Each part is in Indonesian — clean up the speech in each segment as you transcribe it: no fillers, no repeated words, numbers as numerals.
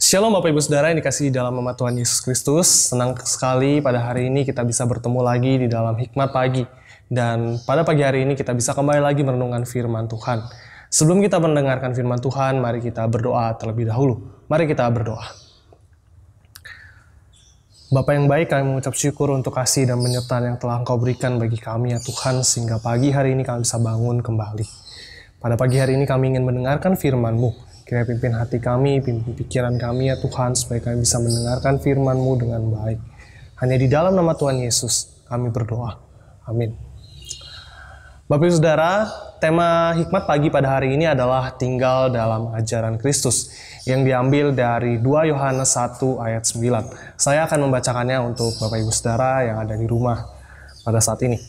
Shalom Bapak Ibu Saudara yang dikasihi dalam nama Tuhan Yesus Kristus. Senang sekali pada hari ini kita bisa bertemu lagi di dalam Hikmat Pagi. Dan pada pagi hari ini kita bisa kembali lagi merenungkan firman Tuhan. Sebelum kita mendengarkan firman Tuhan, mari kita berdoa terlebih dahulu. Mari kita berdoa. Bapa yang baik, kami mengucap syukur untuk kasih dan penyertaan yang telah Engkau berikan bagi kami ya Tuhan, sehingga pagi hari ini kami bisa bangun kembali. Pada pagi hari ini kami ingin mendengarkan firman-Mu. Kiranya pimpin hati kami, pimpin pikiran kami ya Tuhan, supaya kami bisa mendengarkan firman-Mu dengan baik. Hanya di dalam nama Tuhan Yesus kami berdoa. Amin. Bapak Ibu Saudara, tema hikmat pagi pada hari ini adalah tinggal dalam ajaran Kristus, yang diambil dari 2 Yohanes 1 ayat 9. Saya akan membacakannya untuk Bapak Ibu Saudara yang ada di rumah pada saat ini.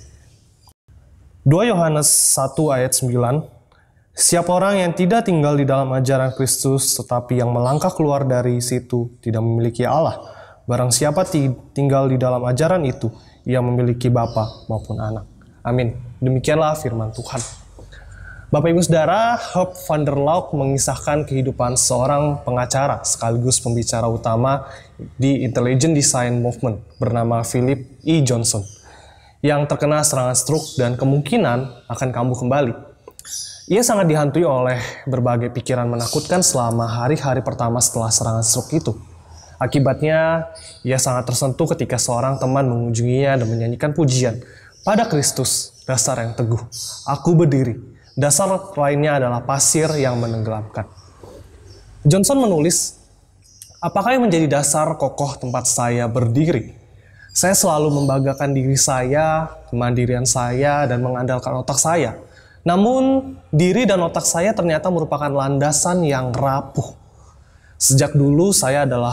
2 Yohanes 1 ayat 9. Siapa orang yang tidak tinggal di dalam ajaran Kristus, tetapi yang melangkah keluar dari situ, tidak memiliki Allah. Barang siapa tinggal di dalam ajaran itu, ia memiliki Bapa maupun anak. Amin. Demikianlah firman Tuhan. Bapak Ibu Saudara, Herb van der Lauk mengisahkan kehidupan seorang pengacara sekaligus pembicara utama di Intelligent Design Movement bernama Philip E. Johnson, yang terkena serangan stroke dan kemungkinan akan kambuh kembali. Ia sangat dihantui oleh berbagai pikiran menakutkan selama hari-hari pertama setelah serangan stroke itu. Akibatnya, ia sangat tersentuh ketika seorang teman mengunjunginya dan menyanyikan pujian, "Pada Kristus, dasar yang teguh, aku berdiri. Dasar lainnya adalah pasir yang menenggelamkan." Johnson menulis, "Apakah yang menjadi dasar kokoh tempat saya berdiri? Saya selalu membanggakan diri saya, kemandirian saya, dan mengandalkan otak saya. Namun, diri dan otak saya ternyata merupakan landasan yang rapuh. Sejak dulu saya adalah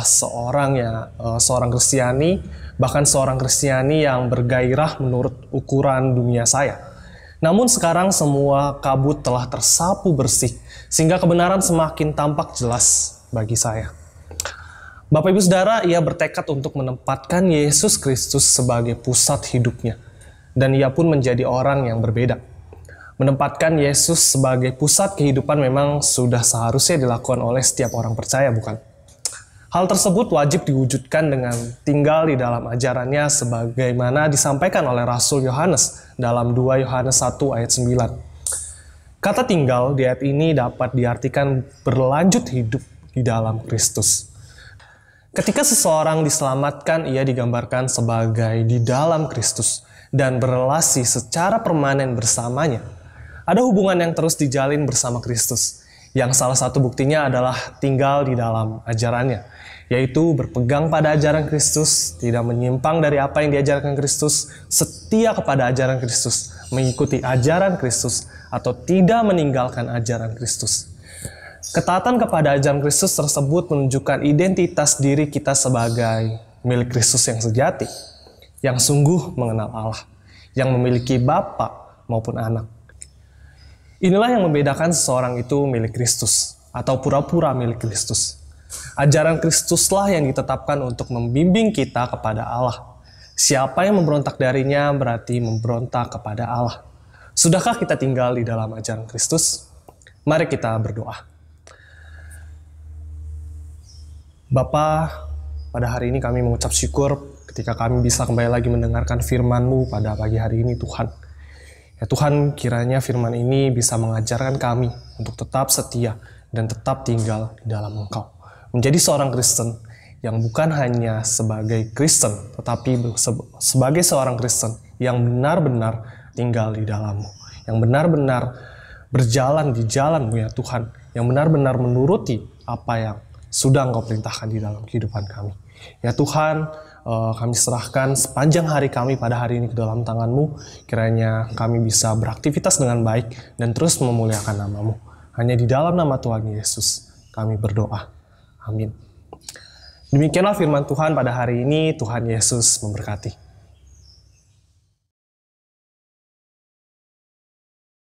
seorang Kristiani, bahkan seorang Kristiani yang bergairah menurut ukuran dunia saya. Namun sekarang semua kabut telah tersapu bersih, sehingga kebenaran semakin tampak jelas bagi saya." Bapak Ibu Saudara, ia bertekad untuk menempatkan Yesus Kristus sebagai pusat hidupnya. Dan ia pun menjadi orang yang berbeda. Menempatkan Yesus sebagai pusat kehidupan memang sudah seharusnya dilakukan oleh setiap orang percaya, bukan? Hal tersebut wajib diwujudkan dengan tinggal di dalam ajarannya sebagaimana disampaikan oleh Rasul Yohanes dalam 2 Yohanes 1 ayat 9. Kata tinggal di ayat ini dapat diartikan berlanjut hidup di dalam Kristus. Ketika seseorang diselamatkan, ia digambarkan sebagai di dalam Kristus dan berelasi secara permanen bersamanya. Ada hubungan yang terus dijalin bersama Kristus, yang salah satu buktinya adalah tinggal di dalam ajarannya, yaitu berpegang pada ajaran Kristus, tidak menyimpang dari apa yang diajarkan Kristus, setia kepada ajaran Kristus, mengikuti ajaran Kristus, atau tidak meninggalkan ajaran Kristus. Ketaatan kepada ajaran Kristus tersebut menunjukkan identitas diri kita sebagai milik Kristus yang sejati, yang sungguh mengenal Allah, yang memiliki Bapa maupun anak. Inilah yang membedakan seseorang itu milik Kristus atau pura-pura milik Kristus. Ajaran Kristuslah yang ditetapkan untuk membimbing kita kepada Allah. Siapa yang memberontak darinya berarti memberontak kepada Allah. Sudahkah kita tinggal di dalam ajaran Kristus? Mari kita berdoa. Bapa, pada hari ini kami mengucap syukur ketika kami bisa kembali lagi mendengarkan firman-Mu pada pagi hari ini, Tuhan. Ya Tuhan, kiranya firman ini bisa mengajarkan kami untuk tetap setia dan tetap tinggal di dalam Engkau. Menjadi seorang Kristen yang bukan hanya sebagai Kristen, tetapi sebagai seorang Kristen yang benar-benar tinggal di dalam-Mu. Yang benar-benar berjalan di jalan-Mu ya Tuhan. Yang benar-benar menuruti apa yang sudah Engkau perintahkan di dalam kehidupan kami. Ya Tuhan, kami serahkan sepanjang hari kami pada hari ini ke dalam tangan-Mu. Kiranya kami bisa beraktivitas dengan baik dan terus memuliakan nama-Mu. Hanya di dalam nama Tuhan Yesus kami berdoa. Amin. Demikianlah firman Tuhan pada hari ini. Tuhan Yesus memberkati.